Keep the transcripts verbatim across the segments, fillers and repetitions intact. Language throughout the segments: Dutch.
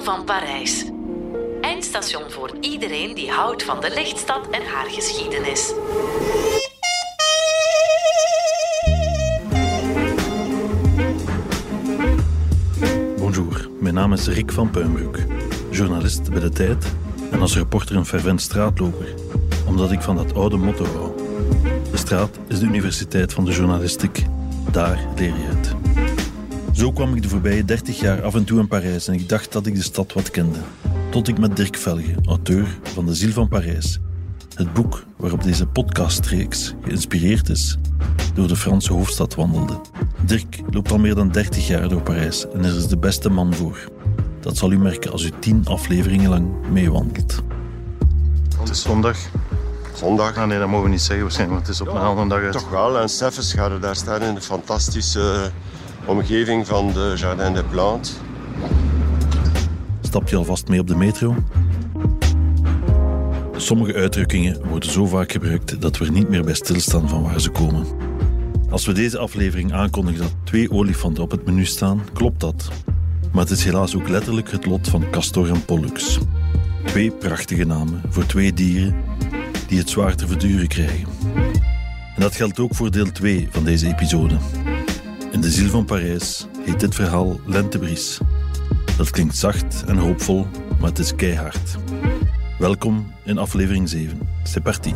van Parijs. Eindstation voor iedereen die houdt van de lichtstad en haar geschiedenis. Bonjour, mijn naam is Rick van Puimbroek, journalist bij De Tijd en als reporter een fervent straatloper, omdat ik van dat oude motto hou. De straat is de universiteit van de journalistiek, daar leer je het. Zo kwam ik de voorbije dertig jaar af en toe in Parijs en ik dacht dat ik de stad wat kende. Tot ik met Dirk Velge, auteur van De Ziel van Parijs, het boek waarop deze podcastreeks geïnspireerd is, door de Franse hoofdstad wandelde. Dirk loopt al meer dan dertig jaar door Parijs en er is de beste man voor. Dat zal u merken als u tien afleveringen lang meewandelt. Het is zondag. Zondag? Ah, nee, dat mogen we niet zeggen waarschijnlijk, want het is op een andere dag uit. Toch wel, en Seffes gaat er daar staan in de fantastische omgeving van de Jardin des Plantes. Stap je alvast mee op de metro? Sommige uitdrukkingen worden zo vaak gebruikt dat we er niet meer bij stilstaan van waar ze komen. Als we deze aflevering aankondigen dat twee olifanten op het menu staan, klopt dat. Maar het is helaas ook letterlijk het lot van Castor en Pollux. Twee prachtige namen voor twee dieren die het zwaar te verduren krijgen. En dat geldt ook voor deel twee van deze episode. In De Ziel van Parijs heet dit verhaal Lentebries. Dat klinkt zacht en hoopvol, maar het is keihard. Welkom in aflevering zeven. C'est parti.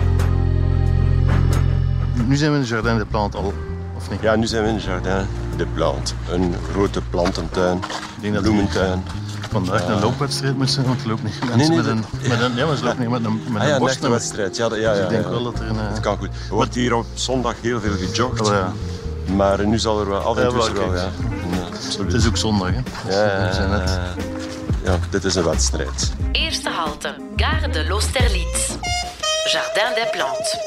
Nu zijn we in de Jardin des Plantes al, of niet? Ja, nu zijn we in de Jardin des Plantes. Een grote plantentuin, Ik denk dat bloementuin. vandaag een loopwedstrijd moet zijn, want er lopen niet mensen Nee, nee, met, een, dat- met een... Ja, maar ze lopen niet met een, met Ah ja, een een borst. echte wedstrijd. Ja, dat- ja, Dus ja, ik denk ja. wel dat er een... uh, Het kan goed. Er wordt hier op zondag heel veel gejogd. Oh, ja. Maar nu zal er wel af en Ja, toe wel, is er wel, kijk. ja. En, uh, absoluut. Het is ook zondag, hè? Dus, Ja, uh, we zijn net... ja, dit is een wedstrijd. Eerste halte, Gare de l'Austerlitz. Jardin des Plantes.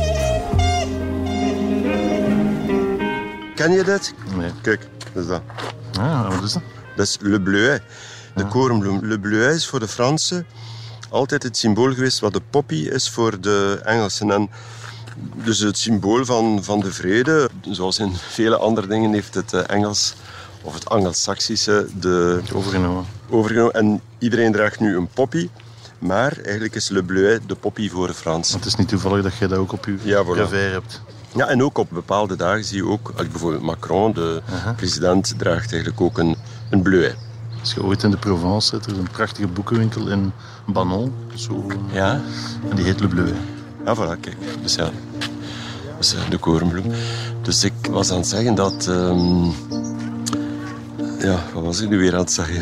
Ken je dit? Nee. Kijk, dat is dat. Ah, wat is dat? Dat is le bleuet, de Ja. korenbloem. Le bleuet is voor de Fransen altijd het symbool geweest wat de poppy is voor de Engelsen. En dus het symbool van, van de vrede. Zoals in vele andere dingen heeft het eh, Engels of het Anglo-Saxische de Overgenomen. overgenomen. En iedereen draagt nu een poppy. Maar eigenlijk is le bleuet de poppy voor de Fransen. Het is niet toevallig dat jij dat ook op je Ja, voilà. revers hebt. Ja, en ook op bepaalde dagen zie je ook, als bijvoorbeeld Macron, de Aha. president, draagt eigenlijk ook een, een bleuet. Als je ooit in de Provence zit, er is een prachtige boekenwinkel in Banon. Zo, Ja? en die heet Le Bleuet. Ja, voilà, kijk. Dus ja, dat is eh, de korenbloem. Dus ik was aan het zeggen dat... ehm, Ja, wat was ik nu weer aan het zeggen?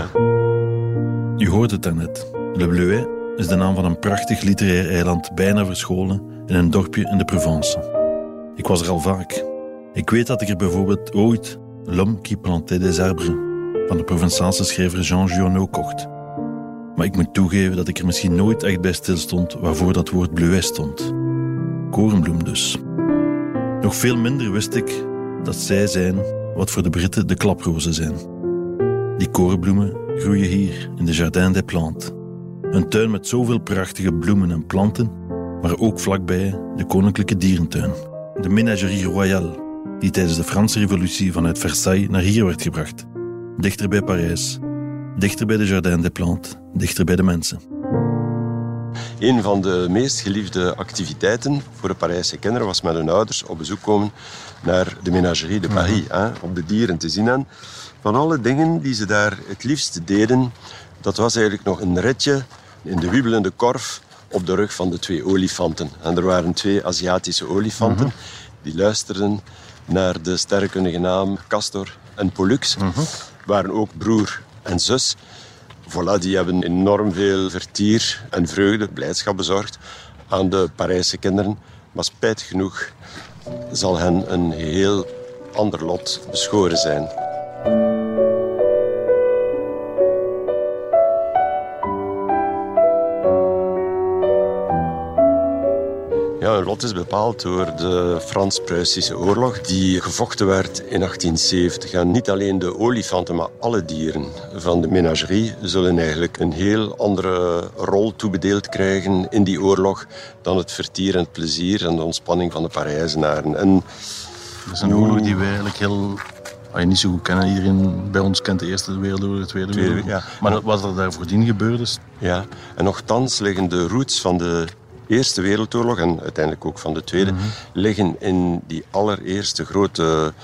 U hoort het daarnet. Le Bleuet is de naam van een prachtig literair eiland bijna verscholen in een dorpje in de Provence. Ik was er al vaak. Ik weet dat ik er bijvoorbeeld ooit L'homme qui plantait des arbres van de Provençaalse schrijver Jean Giono kocht. Maar ik moet toegeven dat ik er misschien nooit echt bij stilstond waarvoor dat woord bleuet stond. Korenbloem dus. Nog veel minder wist ik dat zij zijn wat voor de Britten de klaprozen zijn. Die korenbloemen groeien hier in de Jardin des Plantes. Een tuin met zoveel prachtige bloemen en planten, maar ook vlakbij de koninklijke dierentuin. De Ménagerie Royale, die tijdens de Franse Revolutie vanuit Versailles naar hier werd gebracht. Dichter bij Parijs, dichter bij de Jardin des Plantes, dichter bij de mensen. Een van de meest geliefde activiteiten voor de Parijse kinderen was met hun ouders op bezoek komen naar de Ménagerie de Paris, hè, om de dieren te zien. En van alle dingen die ze daar het liefst deden, dat was eigenlijk nog een ritje in de wiebelende korf op de rug van de twee olifanten. En er waren twee Aziatische olifanten die luisterden naar de sterrenkundige naam Castor en Pollux. Waren ook broer en zus. Voilà, die hebben enorm veel vertier en vreugde, blijdschap bezorgd aan de Parijse kinderen. Maar spijtig genoeg zal hen een heel ander lot beschoren zijn. Ja, hun lot is bepaald door de Frans-Pruisische oorlog die gevochten werd in achttien zeventig. En niet alleen de olifanten, maar alle dieren van de menagerie zullen eigenlijk een heel andere rol toebedeeld krijgen in die oorlog dan het vertier en het plezier en de ontspanning van de Parijzenaren. En Dat is een oorlog die we eigenlijk heel Wat je niet zo goed kennen. Iedereen bij ons kent de Eerste Wereldoorlog, de Tweede Tweede, Wereldoorlog. ja. Maar wat er daar voordien gebeurd is... Ja, en nochtans liggen de roots van de Eerste Wereldoorlog en uiteindelijk ook van de Tweede, mm-hmm. liggen in die allereerste grote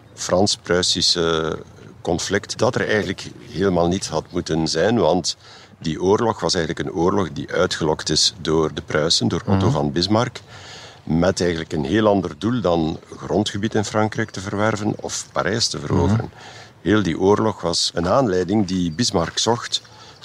Frans-Pruisische conflict dat er eigenlijk helemaal niet had moeten zijn, want die oorlog was eigenlijk een oorlog die uitgelokt is door de Pruisen, door Otto mm-hmm. van Bismarck, met eigenlijk een heel ander doel dan grondgebied in Frankrijk te verwerven of Parijs te veroveren. Mm-hmm. Heel die oorlog was een aanleiding die Bismarck zocht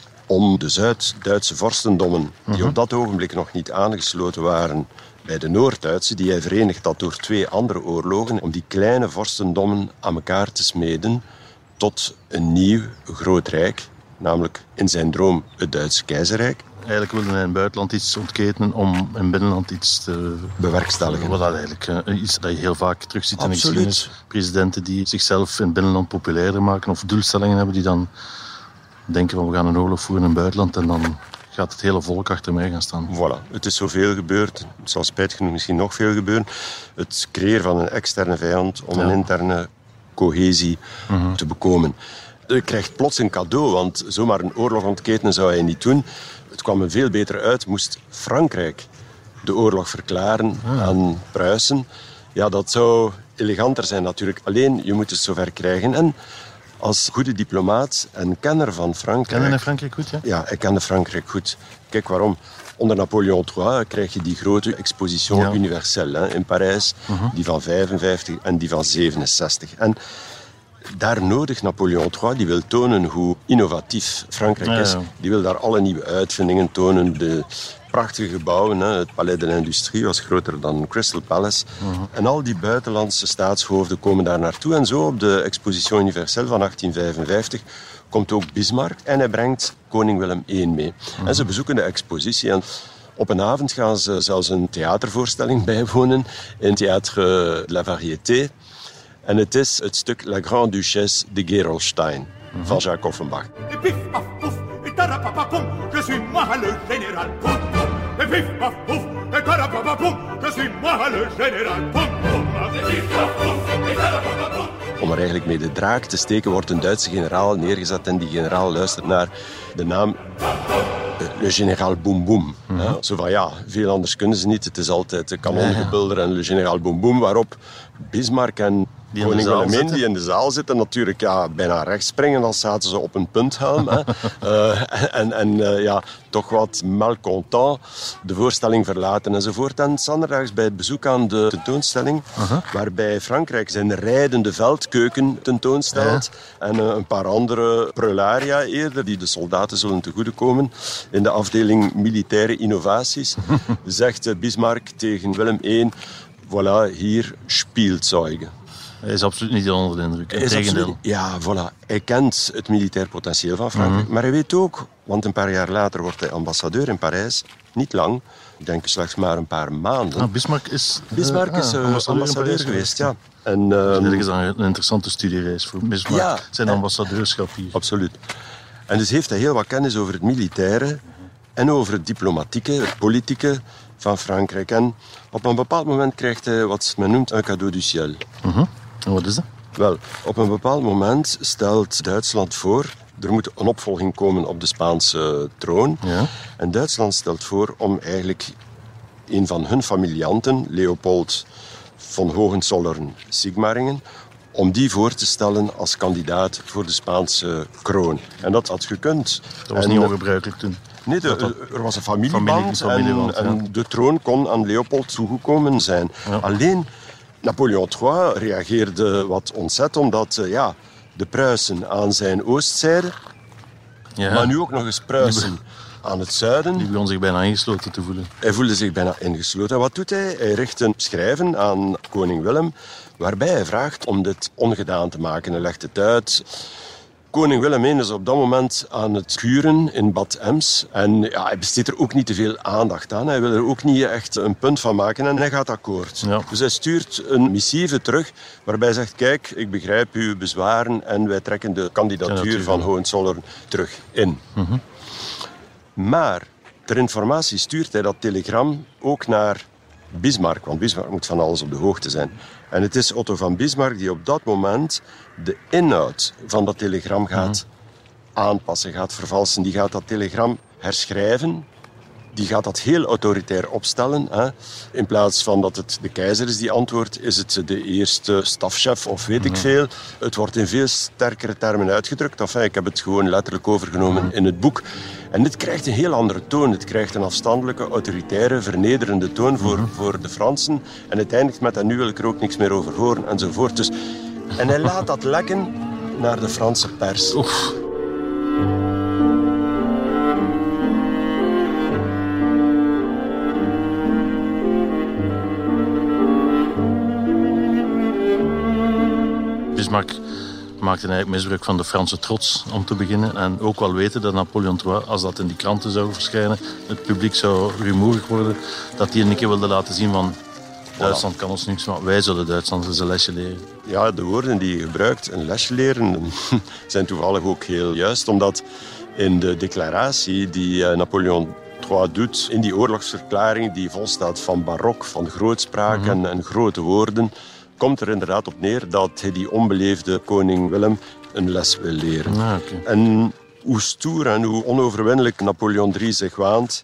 om de Zuid-Duitse vorstendommen, die mm-hmm. op dat ogenblik nog niet aangesloten waren bij de Noord-Duitse, die hij verenigd had door twee andere oorlogen, om die kleine vorstendommen aan elkaar te smeden tot een nieuw groot rijk, namelijk in zijn droom het Duitse keizerrijk. Eigenlijk wilde hij in het buitenland iets ontketenen om in het binnenland iets te bewerkstelligen. Wat dat eigenlijk uh, iets dat je heel vaak terugziet in de Absoluut. geschiedenis. Presidenten die zichzelf in het binnenland populairder maken of doelstellingen hebben die dan denken van we gaan een oorlog voeren in het buitenland en dan gaat het hele volk achter mij gaan staan. Voilà, het is zoveel gebeurd. Het zal spijtig genoeg misschien nog veel gebeuren. Het creëren van een externe vijand om ja. een interne cohesie mm-hmm. te bekomen. Je krijgt plots een cadeau, want zomaar een oorlog ontketenen zou hij niet doen. Het kwam er veel beter uit, moest Frankrijk de oorlog verklaren ah. aan Pruisen. Ja, dat zou eleganter zijn natuurlijk. Alleen, je moet het zover krijgen. En als goede diplomaat en kenner van Frankrijk... Ken je Frankrijk goed, ja? Ja, ik kende Frankrijk goed. Kijk waarom. Onder Napoleon de derde krijg je die grote exposition ja. universelle hè, in Parijs. Uh-huh. Die van vijfenvijftig en die van zevenenzestig. En daar nodigt Napoleon de derde, die wil tonen hoe innovatief Frankrijk is. Ja, ja. Die wil daar alle nieuwe uitvindingen tonen. De prachtige gebouwen, hè. Het Palais de l'Industrie was groter dan Crystal Palace. Uh-huh. En al die buitenlandse staatshoofden komen daar naartoe. En zo op de Exposition Universelle van achttien vijfenvijftig komt ook Bismarck en hij brengt koning Willem de Eerste mee. Uh-huh. En ze bezoeken de expositie en op een avond gaan ze zelfs een theatervoorstelling bijwonen in Théâtre de la Variété. En het is het stuk La Grande Duchesse de Gerolstein uh-huh. van Jacques Offenbach. Je suis moi le général. Et pif paf pouf, et carapapapum, je suis moi le général. Om er eigenlijk mee de draak te steken wordt een Duitse generaal neergezet en die generaal luistert naar de naam Le Général Boum Boum. Mm-hmm. Ja, zo van ja, veel anders kunnen ze niet. Het is altijd de kanongebulder en Le Général Boum Boum waarop Bismarck en die koning Willem die in de zaal zitten, natuurlijk ja, bijna rechts springen, dan zaten ze op een punthelm. hè. uh, en en uh, ja, toch wat malcontent de voorstelling verlaten enzovoort. En zanderdags bij het bezoek aan de tentoonstelling, uh-huh. waarbij Frankrijk zijn rijdende veldkeuken tentoonstelt ja. en uh, een paar andere prularia eerder, die de soldaten zullen tegoedekomen in de afdeling militaire innovaties, zegt uh, Bismarck tegen Willem de Eerste, voilà, hier Spielzeugen. Hij is absoluut niet onder de indruk. Integendeel. Ja, voilà. Hij kent het militair potentieel van Frankrijk. Mm-hmm. Maar hij weet ook, want een paar jaar later wordt hij ambassadeur in Parijs. Niet lang, ik denk slechts maar een paar maanden. Ah, Bismarck is, Bismarck uh, is uh, ambassadeur, ambassadeur geweest, ja. En, um, dat is een interessante studiereis voor Bismarck. Ja, zijn en, ambassadeurschap hier. Absoluut. En dus heeft hij heel wat kennis over het militaire en over het diplomatieke, het politieke van Frankrijk. En op een bepaald moment krijgt hij wat men noemt een cadeau du ciel. Uh-huh. En wat is dat? Wel, op een bepaald moment stelt Duitsland voor, er moet een opvolging komen op de Spaanse troon. Ja. En Duitsland stelt voor om eigenlijk een van hun familianten, Leopold von Hohenzollern-Sigmaringen, om die voor te stellen als kandidaat voor de Spaanse kroon. En dat had gekund. Dat was en, niet ongebruikelijk toen. Nee, de, dat er was een familieband, familie, familieband en, ja. en de troon kon aan Leopold toegekomen zijn. Ja. Alleen Napoleon de derde reageerde wat ontzet, omdat uh, ja, de Pruisen aan zijn oostzijde, ja. maar nu ook nog eens Pruisen aan het zuiden. Die begon zich bijna ingesloten te voelen. Hij voelde zich bijna ingesloten. En wat doet hij? Hij richt een schrijven aan koning Willem, waarbij hij vraagt om dit ongedaan te maken. Hij legt het uit. Koning Willem de Eerste is op dat moment aan het kuren in Bad Ems. En ja, hij besteedt er ook niet te veel aandacht aan. Hij wil er ook niet echt een punt van maken en hij gaat akkoord. Ja. Dus hij stuurt een missieve terug waarbij hij zegt, kijk, ik begrijp uw bezwaren en wij trekken de kandidatuur ja, van Hohenzollern terug in. Uh-huh. Maar ter informatie stuurt hij dat telegram ook naar Bismarck, want Bismarck moet van alles op de hoogte zijn. En het is Otto van Bismarck die op dat moment de inhoud van dat telegram gaat mm-hmm. aanpassen, gaat vervalsen. Die gaat dat telegram herschrijven. Die gaat dat heel autoritair opstellen. Hè. In plaats van dat het de keizer is die antwoordt, is het de eerste stafchef of weet ik veel. Het wordt in veel sterkere termen uitgedrukt. Enfin, ik heb het gewoon letterlijk overgenomen in het boek. En dit krijgt een heel andere toon. Het krijgt een afstandelijke, autoritaire, vernederende toon voor, voor de Fransen. En het eindigt met, en nu wil ik er ook niks meer over horen, enzovoort. Dus, en hij laat dat lekken naar de Franse pers. Oef. Bismarck maakte eigenlijk misbruik van de Franse trots om te beginnen. En ook wel weten dat Napoleon de Trois, als dat in die kranten zou verschijnen, het publiek zou rumoerig worden, dat hij een keer wilde laten zien van Duitsland kan ons niks, maar wij zullen Duitsland eens een lesje leren. Ja, de woorden die je gebruikt, een lesje leren, zijn toevallig ook heel juist, omdat in de declaratie die Napoleon de Trois doet, in die oorlogsverklaring die volstaat van barok, van grootspraak mm-hmm. en, en grote woorden, komt er inderdaad op neer dat hij die onbeleefde koning Willem een les wil leren. Ah, okay. En hoe stoer en hoe onoverwinnelijk Napoleon de derde zich waant,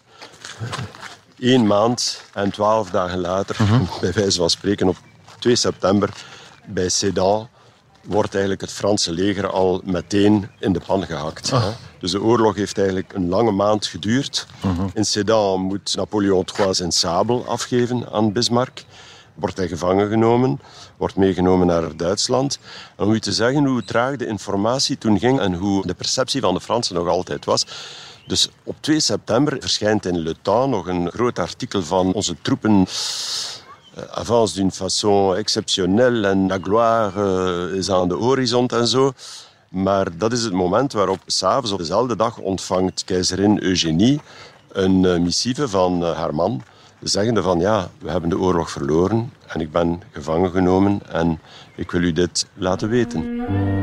één maand en twaalf dagen later, uh-huh. bij wijze van spreken op twee september, bij Sedan, wordt eigenlijk het Franse leger al meteen in de pan gehakt. Oh. Hè? Dus de oorlog heeft eigenlijk een lange maand geduurd. Uh-huh. In Sedan moet Napoleon de Trois zijn sabel afgeven aan Bismarck. Wordt hij gevangen genomen, wordt meegenomen naar Duitsland. En om u te zeggen hoe traag de informatie toen ging en hoe de perceptie van de Fransen nog altijd was. Dus op twee september verschijnt in Le Temps nog een groot artikel van onze troepen. Avance d'une façon exceptionnelle en la gloire is aan de horizon en zo. Maar dat is het moment waarop s'avonds op dezelfde dag ontvangt keizerin Eugénie een missieve van haar man, zeggende van ja, we hebben de oorlog verloren en ik ben gevangen genomen en ik wil u dit laten weten.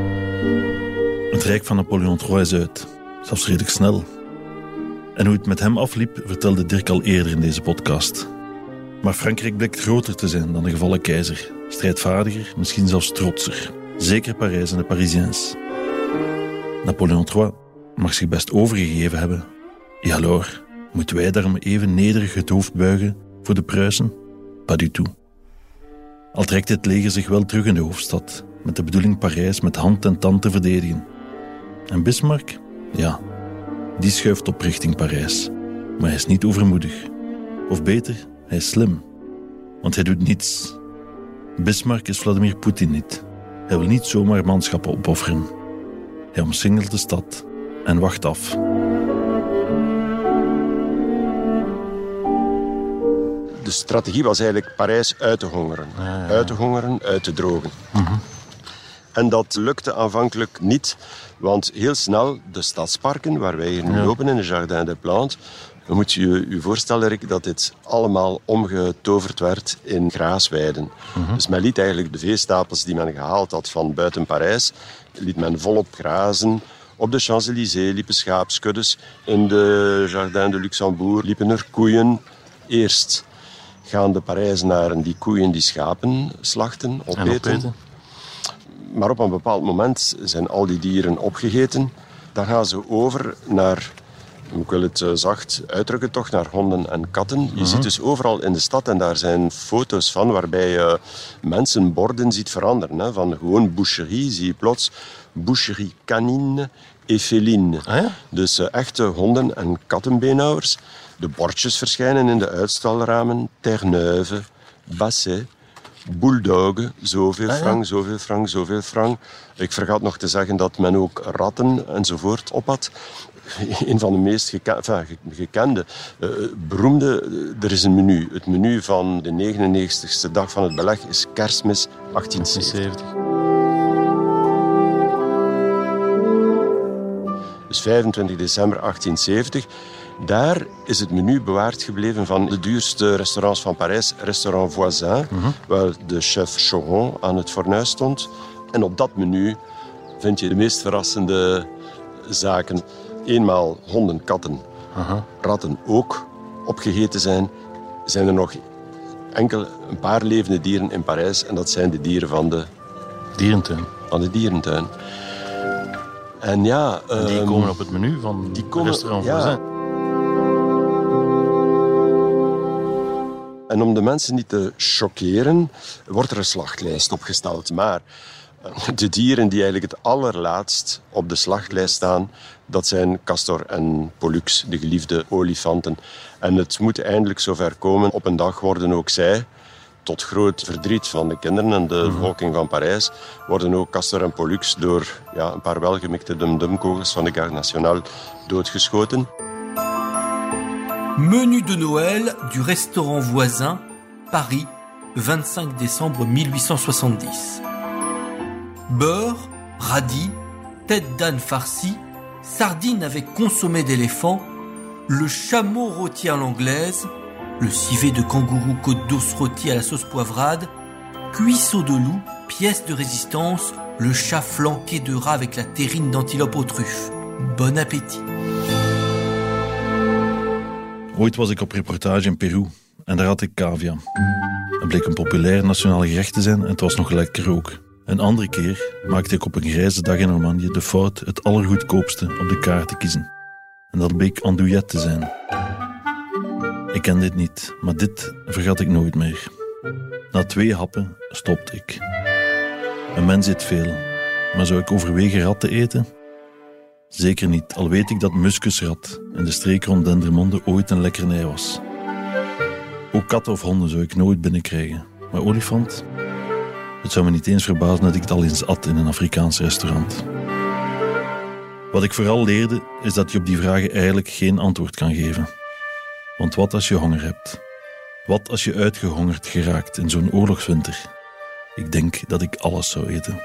Het rijk van Napoleon de Trois is uit, zelfs redelijk snel. En hoe het met hem afliep, vertelde Dirk al eerder in deze podcast. Maar Frankrijk blijkt groter te zijn dan de gevallen keizer. Strijdvaardiger, misschien zelfs trotser. Zeker Parijs en de Parisiens. Napoleon de Trois mag zich best overgegeven hebben. Ja, alors, moeten wij daarom even nederig het hoofd buigen voor de Pruisen? Pas du tout. Al trekt het leger zich wel terug in de hoofdstad, met de bedoeling Parijs met hand en tand te verdedigen. En Bismarck? Ja, die schuift op richting Parijs. Maar hij is niet overmoedig. Of beter, hij is slim. Want hij doet niets. Bismarck is Vladimir Poetin niet. Hij wil niet zomaar manschappen opofferen. Hij omsingelt de stad en wacht af. De strategie was eigenlijk Parijs uit te hongeren. Ja, ja, ja. Uit te hongeren, uit te drogen. Mm-hmm. En dat lukte aanvankelijk niet, want heel snel de stadsparken, waar wij hier nu ja. lopen in de Jardin des Plantes, dan moet je je voorstellen, Rick, dat dit allemaal omgetoverd werd in graasweiden. Mm-hmm. Dus men liet eigenlijk de veestapels die men gehaald had van buiten Parijs, liet men volop grazen. Op de Champs-Élysées liepen schaapskuddes. In de Jardin de Luxembourg liepen er koeien. Eerst gaan de Parijzenaren die koeien, die schapen slachten, opeten. opeten. Maar op een bepaald moment zijn al die dieren opgegeten. Dan gaan ze over naar, ik wil het zacht uitdrukken toch, naar honden en katten. Je uh-huh. ziet dus overal in de stad, en daar zijn foto's van, waarbij je mensenborden ziet veranderen. Hè. Van gewoon boucherie zie je plots boucherie canine et féline. Ah, ja? Dus uh, echte honden- en kattenbeenhouwers. De bordjes verschijnen in de uitstalramen. Terre-Neuve, Basset, Bulldog, zoveel ah, ja. frank, zoveel frank, zoveel frank. Ik vergat nog te zeggen dat men ook ratten enzovoort op had. Een van de meest geken, enfin, gekende, uh, beroemde, uh, er is een menu. Het menu van de negenennegentigste dag van het beleg is Kerstmis achttien zeventig. Dus vijfentwintig december achttien zeventig. Daar is het menu bewaard gebleven van de duurste restaurants van Parijs, restaurant Voisin, mm-hmm. waar de chef Choron aan het fornuis stond. En op dat menu vind je de meest verrassende zaken. Eenmaal honden, katten, uh-huh. ratten ook opgegeten zijn. Zijn er nog enkel een paar levende dieren in Parijs en dat zijn de dieren van de Dierentuin. Van de dierentuin. En ja... Um, die komen op het menu van die komen, restaurant ja. Voisin. En om de mensen niet te choqueren, wordt er een slachtlijst opgesteld. Maar de dieren die eigenlijk het allerlaatst op de slachtlijst staan, dat zijn Castor en Pollux, de geliefde olifanten. En het moet eindelijk zover komen. Op een dag worden ook zij, tot groot verdriet van de kinderen en de bevolking van Parijs, worden ook Castor en Pollux door ja, een paar welgemikte dum-dum-kogels van de Garde Nationale doodgeschoten. Menu de Noël du restaurant Voisin, Paris, vingt-cinq décembre mille huit cent soixante-dix. Beurre, radis, tête d'âne farcie, sardines avec consommé d'éléphant, le chameau rôti à l'anglaise, le civet de kangourou côte d'os rôti à la sauce poivrade, cuisseau de loup, pièce de résistance, le chat flanqué de rat avec la terrine d'antilope aux truffes. Bon appétit. Ooit was ik op reportage in Peru en daar had ik cavia. Het bleek een populair nationaal gerecht te zijn en het was nog lekker ook. Een andere keer maakte ik op een grijze dag in Normandië de fout het allergoedkoopste op de kaart te kiezen. En dat bleek andouillette te zijn. Ik ken dit niet, maar dit vergat ik nooit meer. Na twee happen stopte ik. Een mens eet veel, maar zou ik overwegen rat te eten? Zeker niet, al weet ik dat muskusrat en de streek rond Dendermonde ooit een lekkernij was. Ook katten of honden zou ik nooit binnenkrijgen. Maar olifant? Het zou me niet eens verbazen dat ik het al eens at in een Afrikaans restaurant. Wat ik vooral leerde, is dat je op die vragen eigenlijk geen antwoord kan geven. Want wat als je honger hebt? Wat als je uitgehongerd geraakt in zo'n oorlogswinter? Ik denk dat ik alles zou eten.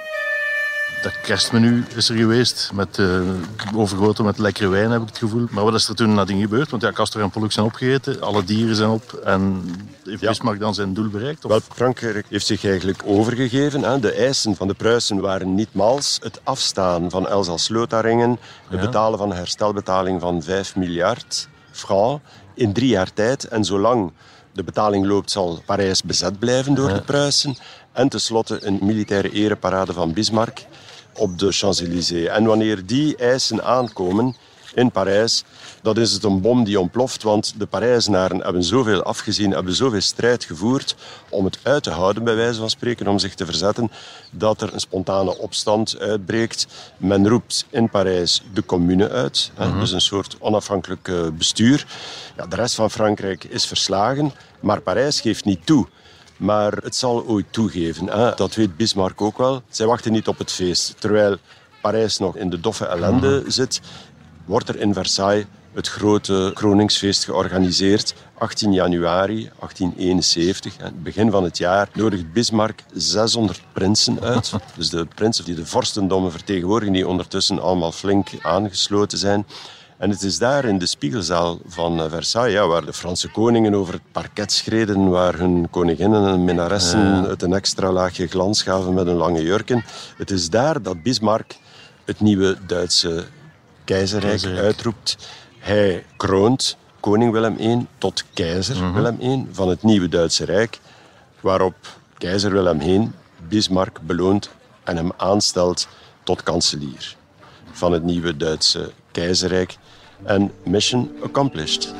Dat kerstmenu is er geweest, met, uh, overgoten met lekkere wijn, heb ik het gevoel. Maar wat is er toen nadien gebeurd? Want ja, Castor en Pollux zijn opgegeten, alle dieren zijn op. En heeft Bismarck dan zijn doel bereikt? Of? Wel, Frankrijk heeft zich eigenlijk overgegeven. Hè. De eisen van de Pruisen waren niet mals. Het afstaan van Elzas-Lotharingen, het ja. betalen van een herstelbetaling van vijf miljard francs in drie jaar tijd. En zolang de betaling loopt, zal Parijs bezet blijven door ja. de Pruisen. En tenslotte een militaire ereparade van Bismarck op de Champs-Élysées. En wanneer die eisen aankomen in Parijs, dan is het een bom die ontploft, want de Parijzenaren hebben zoveel afgezien, hebben zoveel strijd gevoerd om het uit te houden, bij wijze van spreken, om zich te verzetten, dat er een spontane opstand uitbreekt. Men roept in Parijs de commune uit, mm-hmm. hè, dus een soort onafhankelijk bestuur. Ja, de rest van Frankrijk is verslagen, maar Parijs geeft niet toe. Maar het zal ooit toegeven. Hè? Dat weet Bismarck ook wel. Zij wachten niet op het feest. Terwijl Parijs nog in de doffe ellende zit, wordt er in Versailles het grote kroningsfeest georganiseerd. achttien januari achttien eenenzeventig, het begin van het jaar, nodigt Bismarck zeshonderd prinsen uit. Dus de prinsen die de vorstendommen vertegenwoordigen, die ondertussen allemaal flink aangesloten zijn. En het is daar in de Spiegelzaal van Versailles, ja, waar de Franse koningen over het parket schreden, waar hun koninginnen en minnaressen ja. het een extra laagje glans gaven met hun lange jurken. Het is daar dat Bismarck het nieuwe Duitse keizerrijk, keizerrijk. uitroept. Hij kroont koning Willem de Eerste tot keizer mm-hmm. Willem de Eerste van het nieuwe Duitse Rijk, waarop keizer Willem de Eerste Bismarck beloont en hem aanstelt tot kanselier van het nieuwe Duitse keizerrijk. En mission accomplished.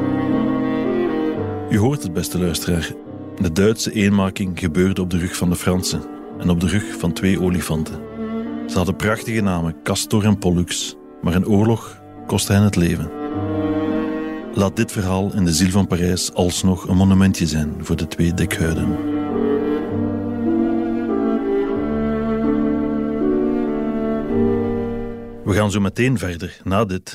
U hoort het, beste luisteraar. De Duitse eenmaking gebeurde op de rug van de Fransen en op de rug van twee olifanten. Ze hadden prachtige namen, Castor en Pollux, maar een oorlog kostte hen het leven. Laat dit verhaal in de ziel van Parijs alsnog een monumentje zijn voor de twee dekhuiden. We gaan zo meteen verder, na dit.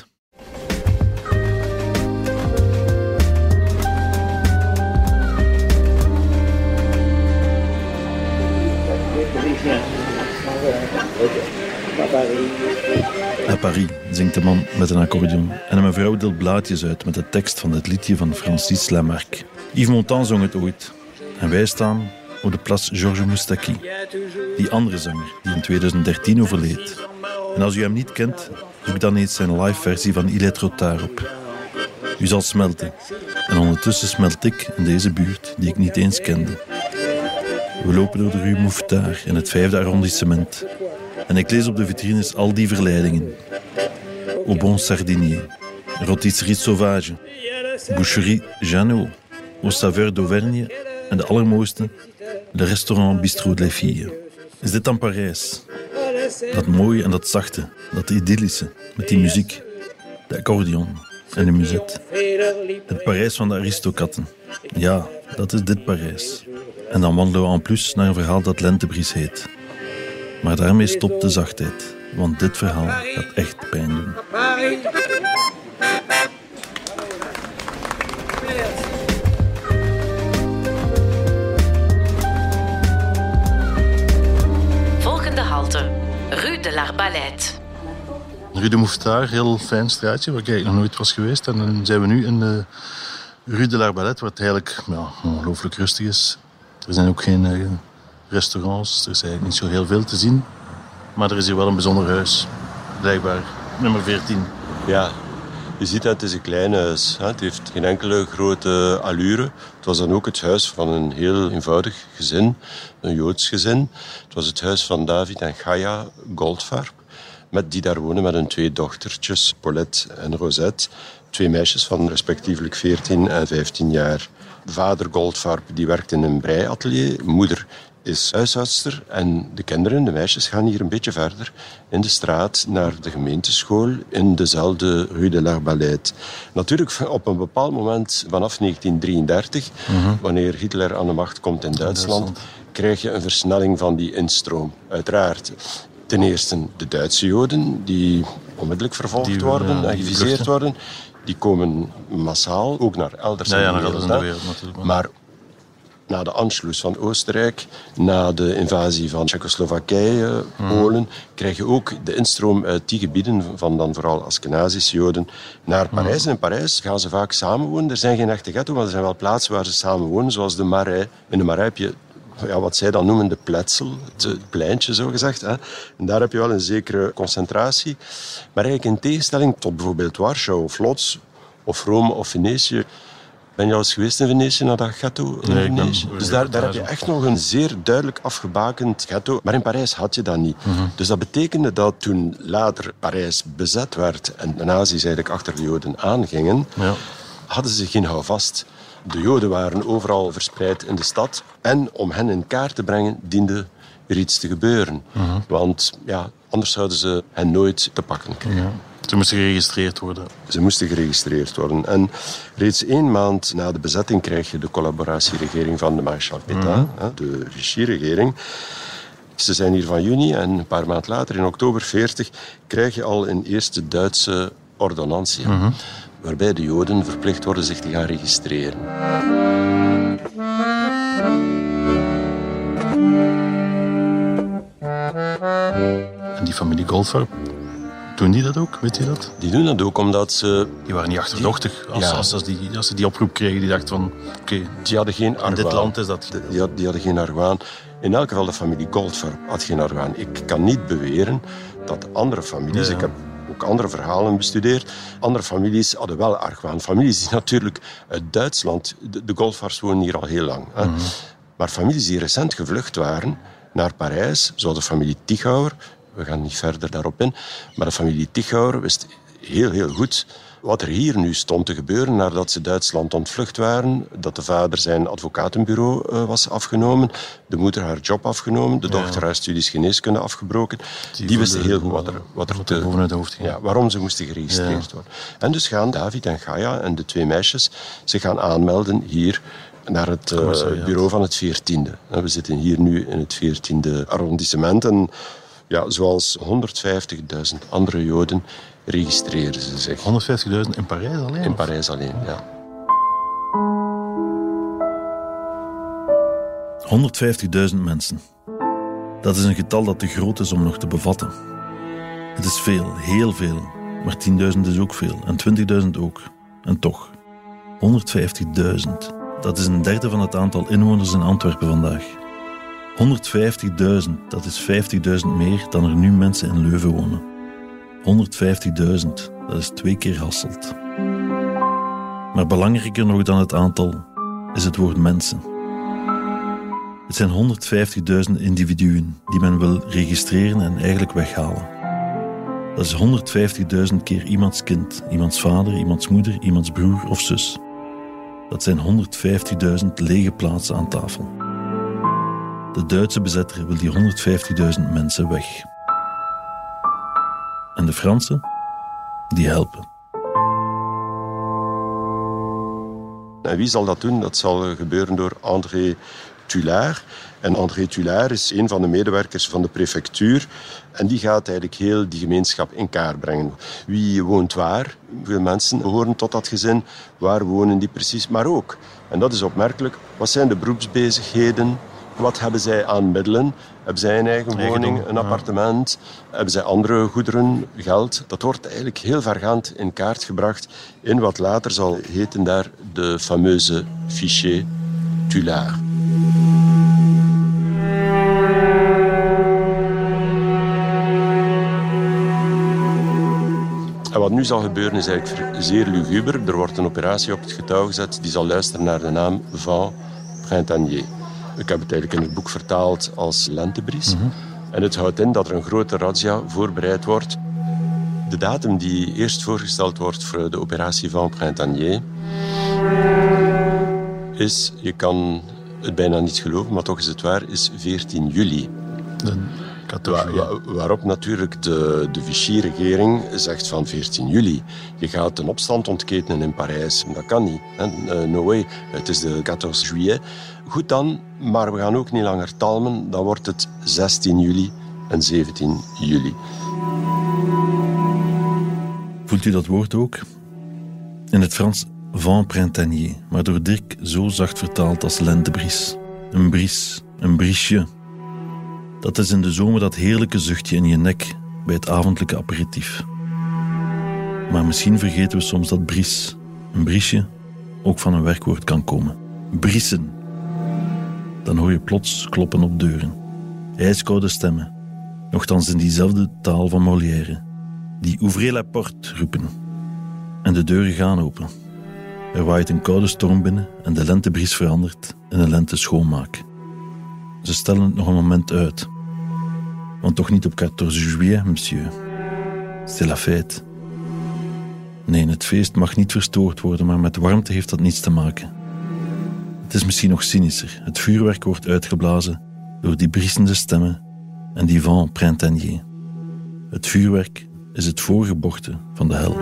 À Paris, zingt de man met een accordeon. En een mevrouw deelt blaadjes uit met de tekst van het liedje van Francis Lamarck. Yves Montand zong het ooit. En wij staan op de place Georges Moustaki. Die andere zanger die in tweeduizend dertien overleed. En als u hem niet kent, zoek dan eens zijn live versie van Il est trop tard op. U zal smelten. En ondertussen smelt ik in deze buurt, die ik niet eens kende. We lopen door de rue Mouffetard in het vijfde arrondissement. En ik lees op de vitrines al die verleidingen. Au Bon Sardinier, Rôtisserie Sauvage, Boucherie Jeannot, Au Saveur d'Auvergne en de allermooiste, Le Restaurant Bistrot Les Filles. Is dit dan Parijs? Dat mooie en dat zachte, dat idyllische, met die muziek, de accordeon en de musette. Het Parijs van de aristokatten. Ja, dat is dit Parijs. En dan wandelen we en plus naar een verhaal dat Lentebries heet. Maar daarmee stopt de zachtheid, want dit verhaal gaat echt pijn doen. Volgende halte, Rue de l'Arbalète. Rue de Mouffetard, heel fijn straatje waar ik eigenlijk nog nooit was geweest. En dan zijn we nu in de Rue de l'Arbalète, waar het eigenlijk ja, ongelooflijk rustig is. Er zijn ook geen uh, restaurants, er is eigenlijk niet zo heel veel te zien. Maar er is hier wel een bijzonder huis, blijkbaar, nummer veertien. Ja, je ziet dat het is een klein huis. Hè. Het heeft geen enkele grote allure. Het was dan ook het huis van een heel eenvoudig gezin, een Joods gezin. Het was het huis van David en Chaya Goldfarb, met die daar wonen met hun twee dochtertjes, Paulette en Rosette. Twee meisjes van respectievelijk veertien en vijftien jaar. Vader Goldfarb die werkt in een breiatelier. Moeder is huishoudster. En de kinderen, de meisjes, gaan hier een beetje verder in de straat naar de gemeenteschool in dezelfde Rue de l'Arbalète. Natuurlijk op een bepaald moment vanaf negentien drieëndertig, mm-hmm. wanneer Hitler aan de macht komt in Duitsland, Duitsland, krijg je een versnelling van die instroom. Uiteraard. Ten eerste de Duitse Joden die onmiddellijk vervolgd die, worden ja, en geviseerd worden. Die komen massaal, ook naar elders ja, ja, in de wereld. in de wereld natuurlijk. Maar na de Anschluss van Oostenrijk, na de invasie van Tsjechoslowakije, Polen, mm. krijg je ook de instroom uit die gebieden van dan vooral Askenazische Joden naar Parijs. Mm. En in Parijs gaan ze vaak samenwonen. Er zijn geen echte ghetto, maar er zijn wel plaatsen waar ze samenwonen, zoals de Marais. In de Marais heb je ja, wat zij dan noemen de pletsel, het pleintje zogezegd. Hè. En daar heb je wel een zekere concentratie. Maar eigenlijk in tegenstelling tot bijvoorbeeld Warschau of Lodz of Rome of Venetië. Ben je al eens geweest in Venetië, naar dat ghetto in nee, Venetië? Ben, dus daar, daar heb je echt nog een zeer duidelijk afgebakend ghetto. Maar in Parijs had je dat niet. Mm-hmm. Dus dat betekende dat toen later Parijs bezet werd en de nazi's eigenlijk achter de Joden aangingen, ja. hadden ze geen houvast. De Joden waren overal verspreid in de stad. En om hen in kaart te brengen, diende er iets te gebeuren. Mm-hmm. Want ja, anders zouden ze hen nooit te pakken krijgen. Ja. Ze moesten geregistreerd worden. Ze moesten geregistreerd worden. En reeds één maand na de bezetting krijg je de collaboratieregering van de Maréchal Pétain, mm-hmm. de Vichy-regering. Ze zijn hier van juni en een paar maanden later, in oktober veertig, krijg je al een eerste Duitse ordonnantie. Mm-hmm. Waarbij de Joden verplicht worden zich te gaan registreren. En die familie Goldfarb, doen die dat ook? Weet je dat? Die doen dat ook omdat ze... Die waren niet achterdochtig. Als, ja. als, als, die, als ze die oproep kregen, die dachten van... Oké, okay, die hadden geen argwaan. In dit land is dat... Die, had, die hadden geen argwaan. In elk geval de familie Goldfarb had geen argwaan. Ik kan niet beweren dat andere families... Ja, ja. Ik heb ook andere verhalen bestudeerd. Andere families hadden wel argwaan. Families die natuurlijk uit Duitsland... De, de Goldfarbs wonen hier al heel lang. Hè. Mm-hmm. Maar families die recent gevlucht waren naar Parijs, zoals de familie Tichauer... We gaan niet verder daarop in. Maar de familie Tichauer wist heel, heel goed wat er hier nu stond te gebeuren nadat ze Duitsland ontvlucht waren. Dat de vader zijn advocatenbureau uh, was afgenomen. De moeder haar job afgenomen. De dochter ja. haar studies geneeskunde afgebroken. Die, Die wisten heel goed wat er, wat er te, bovenuit de hoofd ging. Ja, waarom ze moesten geregistreerd ja. worden. En dus gaan David en Chaya en de twee meisjes zich gaan aanmelden hier naar het uh, bureau van het veertiende. We zitten hier nu in het veertiende arrondissement. En ja, zoals honderdvijftigduizend andere Joden registreren ze zich. honderdvijftigduizend in Parijs alleen? In Parijs alleen, ja. honderdvijftigduizend mensen. Dat is een getal dat te groot is om nog te bevatten. Het is veel, heel veel. Maar tienduizend is ook veel. En twintigduizend ook. En toch. honderdvijftigduizend. Dat is een derde van het aantal inwoners in Antwerpen vandaag. honderdvijftigduizend, dat is vijftigduizend meer dan er nu mensen in Leuven wonen. honderdvijftigduizend, dat is twee keer Hasselt. Maar belangrijker nog dan het aantal is het woord mensen. Het zijn honderdvijftigduizend individuen die men wil registreren en eigenlijk weghalen. Dat is honderdvijftigduizend keer iemands kind, iemands vader, iemands moeder, iemands broer of zus. Dat zijn honderdvijftigduizend lege plaatsen aan tafel. De Duitse bezetter wil die honderdvijftigduizend mensen weg. En de Fransen, die helpen. En wie zal dat doen? Dat zal gebeuren door André Tullard. En André Tullard is een van de medewerkers van de prefectuur. En die gaat eigenlijk heel die gemeenschap in kaart brengen. Wie woont waar? Veel mensen behoren tot dat gezin. Waar wonen die precies? Maar ook, en dat is opmerkelijk, wat zijn de beroepsbezigheden? Wat hebben zij aan middelen? Hebben zij een eigen woning, een appartement? Hebben zij andere goederen, geld? Dat wordt eigenlijk heel vergaand in kaart gebracht in wat later zal heten daar de fameuze fichier Tullard. En wat nu zal gebeuren is eigenlijk zeer luguber. Er wordt een operatie op het getouw gezet die zal luisteren naar de naam Vent Printanier. Ik heb het eigenlijk in het boek vertaald als lentebries. Mm-hmm. En het houdt in dat er een grote razzia voorbereid wordt. De datum die eerst voorgesteld wordt voor de operatie Vent Printanier is, je kan het bijna niet geloven, maar toch is het waar, is veertien juli. Waar, waar, waarop natuurlijk de, de Vichy-regering zegt van veertien juli. Je gaat een opstand ontketenen in Parijs. Dat kan niet. Uh, no way. Het is de veertien juillet. Goed dan, maar we gaan ook niet langer talmen. Dan wordt het zestien juli en zeventien juli. Voelt u dat woord ook? In het Frans Vent Printanier, maar door Dirk zo zacht vertaald als lentebries. Een bries, een briesje. Dat is in de zomer dat heerlijke zuchtje in je nek bij het avondelijke aperitief. Maar misschien vergeten we soms dat bries, een briesje, ook van een werkwoord kan komen. Briesen. Dan hoor je plots kloppen op deuren. Ijskoude stemmen. Nochtans in diezelfde taal van Molière. Die ouvrez la porte roepen. En de deuren gaan open. Er waait een koude storm binnen en de lentebries verandert in een lente schoonmaak. Ze stellen het nog een moment uit. Want toch niet op veertien juillet, monsieur. C'est la fête. Nee, het feest mag niet verstoord worden, maar met warmte heeft dat niets te maken. Het is misschien nog cynischer. Het vuurwerk wordt uitgeblazen door die briesende stemmen en die vent printanier. Het vuurwerk is het voorgebochte van de hel.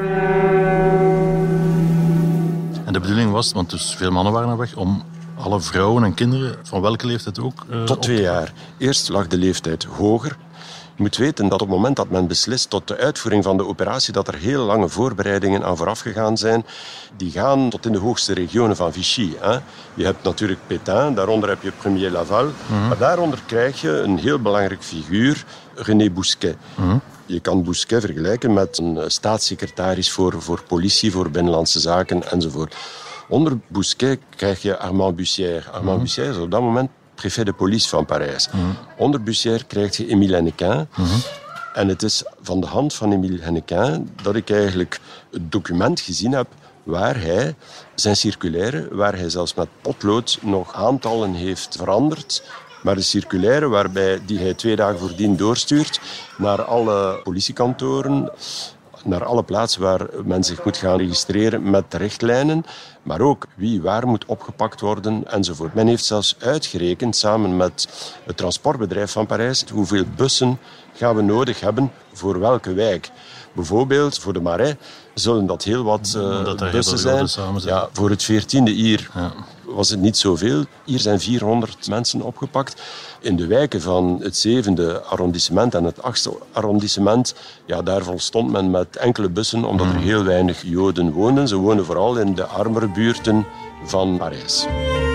En de bedoeling was, want dus veel mannen waren er weg, om alle vrouwen en kinderen, van welke leeftijd ook? Uh, tot twee jaar. Eerst lag de leeftijd hoger. Je moet weten dat op het moment dat men beslist tot de uitvoering van de operatie, dat er heel lange voorbereidingen aan vooraf gegaan zijn. Die gaan tot in de hoogste regionen van Vichy. Hè. Je hebt natuurlijk Pétain, daaronder heb je premier Laval. Mm-hmm. Maar daaronder krijg je een heel belangrijk figuur, René Bousquet. Mm-hmm. Je kan Bousquet vergelijken met een staatssecretaris voor, voor politie, voor binnenlandse zaken enzovoort. Onder Bousquet krijg je Armand Bussière. Armand mm-hmm. Bussière is op dat moment préfet de police van Parijs. Mm-hmm. Onder Bussière krijg je Émile Hennequin. Mm-hmm. En het is van de hand van Émile Hennequin dat ik eigenlijk het document gezien heb waar hij zijn circulaire, waar hij zelfs met potlood nog aantallen heeft veranderd. Maar de circulaire waarbij, die hij twee dagen voordien doorstuurt naar alle politiekantoren, naar alle plaatsen waar men zich moet gaan registreren met de richtlijnen, maar ook wie waar moet opgepakt worden enzovoort. Men heeft zelfs uitgerekend, samen met het transportbedrijf van Parijs, hoeveel bussen gaan we nodig hebben voor welke wijk. Bijvoorbeeld voor de Marais zullen dat heel wat uh, dat bussen zijn. zijn. Ja, voor het veertiende hier ja. was het niet zoveel. Hier zijn vierhonderd mensen opgepakt. In de wijken van het zevende arrondissement en het achtste arrondissement, ja, daar volstond men met enkele bussen, omdat er heel weinig Joden woonden. Ze wonen vooral in de armere buurten van Parijs.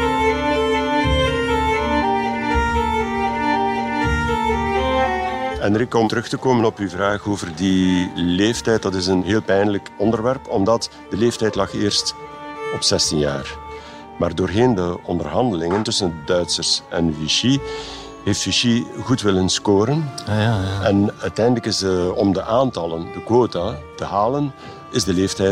En Rick, om terug te komen op uw vraag over die leeftijd, dat is een heel pijnlijk onderwerp, omdat de leeftijd lag eerst op zestien jaar. Maar doorheen de onderhandelingen tussen Duitsers en Vichy heeft Vichy goed willen scoren. Ja, ja, ja. En uiteindelijk is uh, om de aantallen, de quota, te halen, is de leeftijd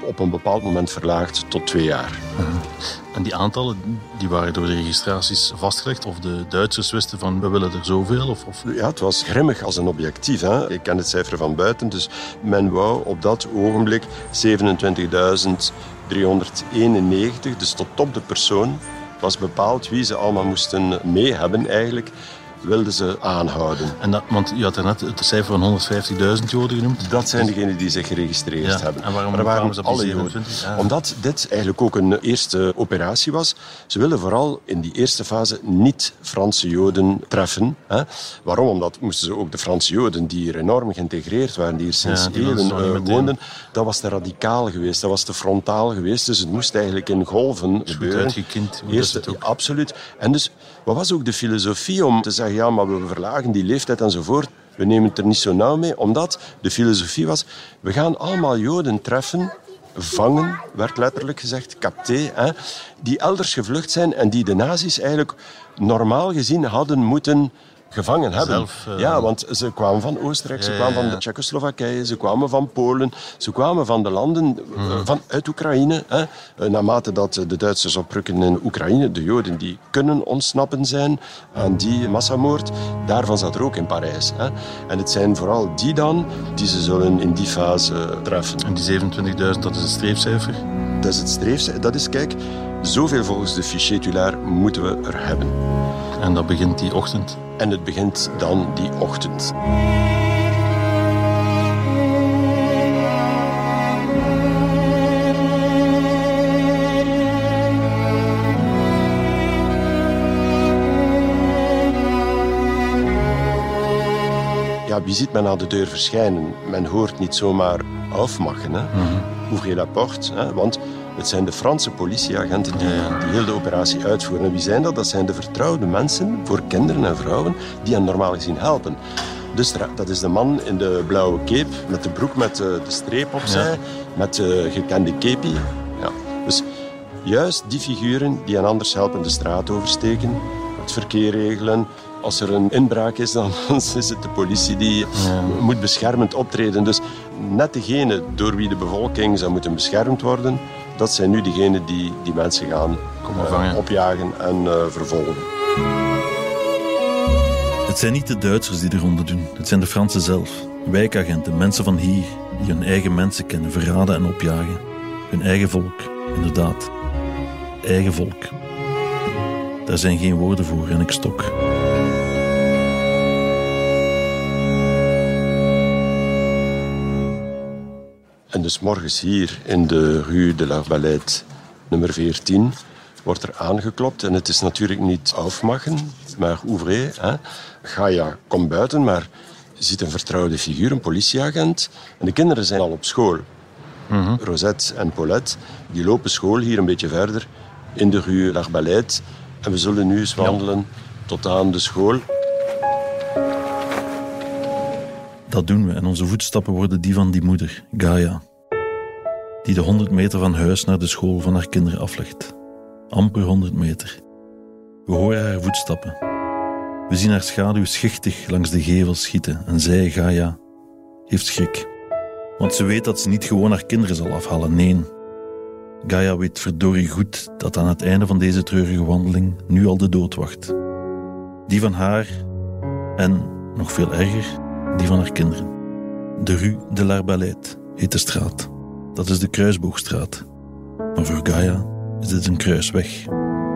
op een bepaald moment verlaagd tot twee jaar. Uh-huh. En die aantallen die waren door de registraties vastgelegd? Of de Duitsers wisten van, we willen er zoveel? Of, of... Ja, het was grimmig als een objectief. Hè. Ik ken het cijfer van buiten, dus men wou op dat ogenblik zevenentwintigduizend driehonderdeenennegentig, dus tot op de persoon, was bepaald wie ze allemaal moesten mee hebben eigenlijk, wilden ze aanhouden. En dat, want je had net het cijfer van honderdvijftigduizend Joden genoemd. Dat zijn degenen die zich geregistreerd ja. hebben. En waarom maar waren ze op alle zevenentwintig? Joden. Ja. Omdat dit eigenlijk ook een eerste operatie was. Ze wilden vooral in die eerste fase niet Franse Joden treffen. Hè. Waarom? Omdat moesten ze ook de Franse Joden, die hier enorm geïntegreerd waren, die hier sinds ja, eeuwen uh, woonden, dat was te radicaal geweest, dat was te frontaal geweest. Dus het moest eigenlijk in golven gebeuren. Goed uitgekind. Eerste, ja, absoluut. En dus, wat was ook de filosofie om te zeggen, ja, maar we verlagen die leeftijd enzovoort. We nemen het er niet zo nauw mee, omdat de filosofie was, we gaan allemaal Joden treffen, vangen, werd letterlijk gezegd, capté, hè, die elders gevlucht zijn en die de nazi's eigenlijk normaal gezien hadden moeten gevangen hebben. Zelf, uh... Ja, want ze kwamen van Oostenrijk, ze kwamen van de Tsjechoslowakije, ze kwamen van Polen, ze kwamen van de landen mm. uh, van, uit Oekraïne. Hè. Uh, naarmate dat de Duitsers oprukken in Oekraïne, de Joden die kunnen ontsnappen zijn aan die massamoord, daarvan zat er ook in Parijs. Hè. En het zijn vooral die dan die ze zullen in die fase treffen. En die zevenentwintigduizend, dat is het streefcijfer? Dat is het streefcijfer. Dat is, kijk, zoveel volgens de fichier Tulaar moeten we er hebben. En dat begint die ochtend? En het begint dan die ochtend. Ja, wie ziet men aan de deur verschijnen? Men hoort niet zomaar afmachen. Hè? Mm-hmm. Ouvrez la porte, hè? Want het zijn de Franse politieagenten die, die heel de operatie uitvoeren. En wie zijn dat? Dat zijn de vertrouwde mensen voor kinderen en vrouwen die hen normaal gezien helpen. Dus dat is de man in de blauwe cape met de broek met de streep opzij, ja. Met de gekende kepi. Ja. Dus juist die figuren die hen anders helpen de straat oversteken, het verkeer regelen. Als er een inbraak is, dan is het de politie die ja. moet beschermend optreden. Dus net degene door wie de bevolking zou moeten beschermd worden, dat zijn nu diegenen die die mensen gaan uh, opjagen en uh, vervolgen. Het zijn niet de Duitsers die de ronde doen. Het zijn de Fransen zelf. Wijkagenten, mensen van hier, die hun eigen mensen kennen, verraden en opjagen. Hun eigen volk, inderdaad. Eigen volk. Daar zijn geen woorden voor en ik stok. En dus morgens hier in de Rue de l'Arbalète nummer veertien wordt er aangeklopt. En het is natuurlijk niet afmachen, maar ouvrez. Hè. Gaia komt buiten, maar je ziet een vertrouwde figuur, een politieagent. En de kinderen zijn al op school. Mm-hmm. Rosette en Paulette, die lopen school hier een beetje verder in de Rue l'Arbalète. En we zullen nu eens wandelen ja. tot aan de school. Dat doen we en onze voetstappen worden die van die moeder, Gaia, die de honderd meter van huis naar de school van haar kinderen aflegt. Amper honderd meter. We horen haar voetstappen. We zien haar schaduw schichtig langs de gevel schieten en zij, Gaia, heeft schrik. Want ze weet dat ze niet gewoon haar kinderen zal afhalen, nee. Gaia weet verdorie goed dat aan het einde van deze treurige wandeling nu al de dood wacht. Die van haar en, nog veel erger, die van haar kinderen. De Rue de l'Arbalète heet de straat. Dat is de Kruisboogstraat. Maar voor Gaia is dit een kruisweg.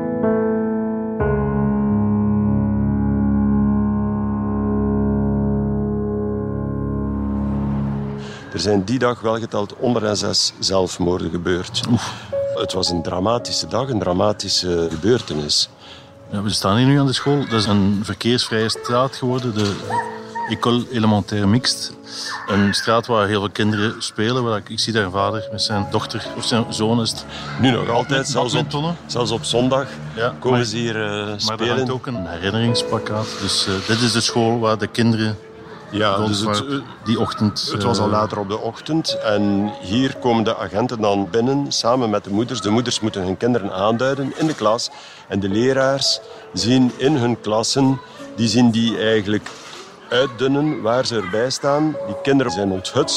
Er zijn die dag welgeteld honderdzes zelfmoorden gebeurd. Oef. Het was een dramatische dag, een dramatische gebeurtenis. Ja, we staan hier nu aan de school. Dat is een verkeersvrije straat geworden, de École Élémentaire Mixte. Een straat waar heel veel kinderen spelen. Waar ik, ik zie daar vader met zijn dochter of zijn zoon. Is het nu nog altijd, zelfs op, zelfs op zondag ja, komen ze hier uh, maar spelen. Maar er hangt ook een herinneringsplakkaat. Dus uh, dit is de school waar de kinderen... Ja, dus het, die ochtend... Het was al later op de ochtend. En hier komen de agenten dan binnen, samen met de moeders. De moeders moeten hun kinderen aanduiden in de klas. En de leraars zien in hun klassen, die zien die eigenlijk uitdunnen waar ze erbij staan. Die kinderen zijn onthutst.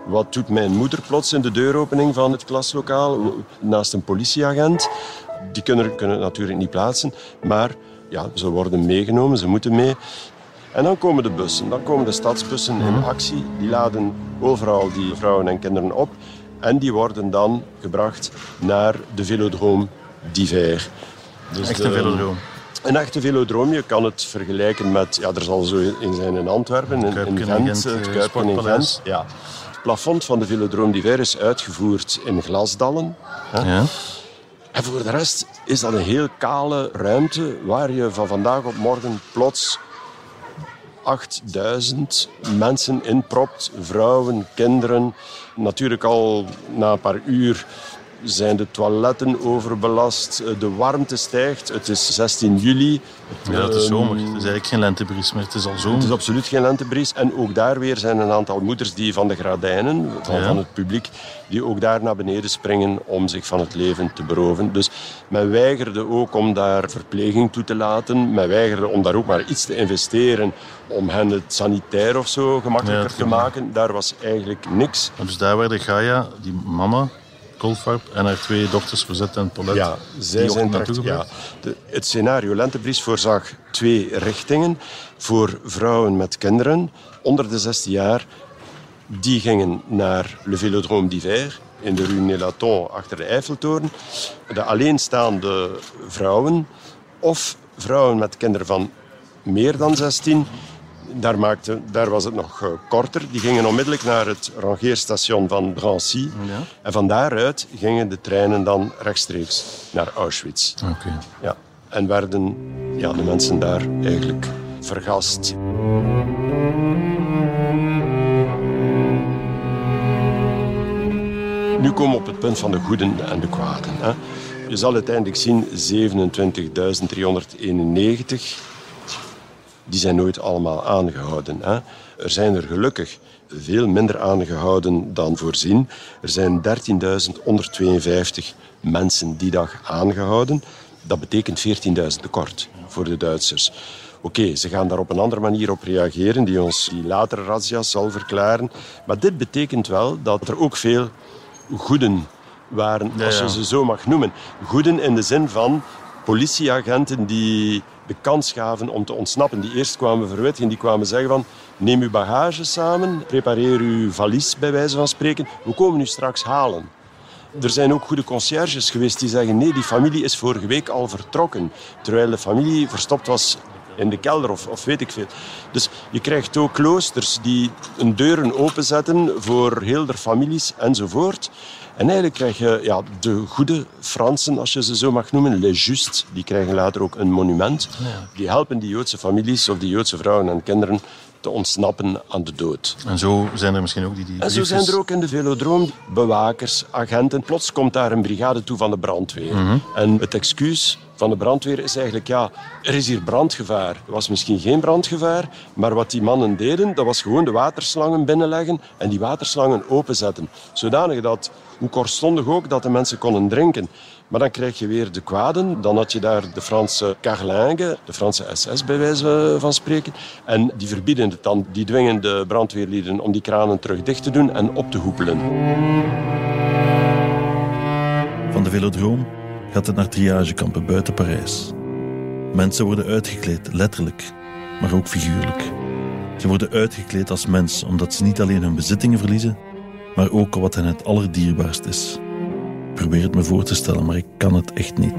Wat doet mijn moeder plots in de deuropening van het klaslokaal? Naast een politieagent. Die kunnen, kunnen het natuurlijk niet plaatsen. Maar ja, ze worden meegenomen, ze moeten mee. En dan komen de bussen. Dan komen de stadsbussen in actie. Die laden overal die vrouwen en kinderen op. En die worden dan gebracht naar de velodroom d'Hiver. Dus echt een de, velodroom. Een echte velodroom. Je kan het vergelijken met... Ja, er zal zo in zijn in Antwerpen, in, in Gent, het Kuipken in Gent. Ja. Het plafond van de velodroom d'Hiver is uitgevoerd in glasdallen. Ja. En voor de rest is dat een heel kale ruimte waar je van vandaag op morgen plots achtduizend mensen inpropt. Vrouwen, kinderen. Natuurlijk al na een paar uur zijn de toiletten overbelast. De warmte stijgt. Het is zestien juli. Ja, het is zomer. Het is eigenlijk geen lentebries, maar het is al zomer. Het is absoluut geen lentebries. En ook daar weer zijn een aantal moeders die van de gradijnen, van, ja. van het publiek, die ook daar naar beneden springen om zich van het leven te beroven. Dus men weigerde ook om daar verpleging toe te laten. Men weigerde om daar ook maar iets te investeren om hen het sanitair of zo gemakkelijker ja, te maken. Daar was eigenlijk niks. Dus daar werden Gaia, die mama, Goldfarb en haar twee dochters, Rosette en Paulette, ja, zij zijn terecht, ja. De, het scenario Lentebries voorzag twee richtingen. Voor vrouwen met kinderen onder de zestien jaar. Die gingen naar Le Vélodrome d'Hiver in de Rue Nélaton achter de Eiffeltoren. De alleenstaande vrouwen of vrouwen met kinderen van meer dan zestien... Daar, maakte, daar was het nog uh, korter. Die gingen onmiddellijk naar het rangeerstation van Drancy. Ja. En van daaruit gingen de treinen dan rechtstreeks naar Auschwitz. Okay. Ja. En werden ja, de mensen daar eigenlijk vergast. Nu komen we op het punt van de goeden en de kwaden. Hè. Je zal uiteindelijk zien zevenentwintigduizend driehonderdeenennegentig... Die zijn nooit allemaal aangehouden. Hè. Er zijn er gelukkig veel minder aangehouden dan voorzien. Er zijn dertienduizend honderdtweeënvijftig mensen die dag aangehouden. Dat betekent veertienduizend tekort voor de Duitsers. Oké, okay, ze gaan daar op een andere manier op reageren, die ons die latere razzia's zal verklaren. Maar dit betekent wel dat er ook veel goeden waren, ja, ja. als je ze zo mag noemen. Goeden in de zin van politieagenten die de kans gaven om te ontsnappen. Die eerst kwamen verwittigen, die kwamen zeggen van neem uw bagage samen, prepareer uw valies bij wijze van spreken, we komen u straks halen. Er zijn ook goede conciërges geweest die zeggen nee, die familie is vorige week al vertrokken, terwijl de familie verstopt was in de kelder of, of weet ik veel. Dus je krijgt ook kloosters die hun deuren openzetten voor heel de families enzovoort. En eigenlijk krijg je ja, de goede Fransen, als je ze zo mag noemen, les justes, die krijgen later ook een monument. Ja. Die helpen die Joodse families of die Joodse vrouwen en kinderen te ontsnappen aan de dood. En zo zijn er misschien ook die... die en zo zijn er ook in de velodroom bewakers, agenten. Plots komt daar een brigade toe van de brandweer. Mm-hmm. En het excuus van de brandweer is eigenlijk, ja, er is hier brandgevaar. Er was misschien geen brandgevaar, maar wat die mannen deden, dat was gewoon de waterslangen binnenleggen en die waterslangen openzetten. Zodanig dat, hoe kortstondig ook, dat de mensen konden drinken. Maar dan krijg je weer de kwaden. Dan had je daar de Franse Carlingue, de Franse S S bij wijze van spreken. En die verbieden het dan. Die dwingen de brandweerlieden om die kranen terug dicht te doen en op te hoepelen. Van de velodroom gaat het naar triagekampen buiten Parijs. Mensen worden uitgekleed, letterlijk, maar ook figuurlijk. Ze worden uitgekleed als mens, omdat ze niet alleen hun bezittingen verliezen, maar ook wat hen het allerdierbaarst is. Ik probeer het me voor te stellen, maar ik kan het echt niet.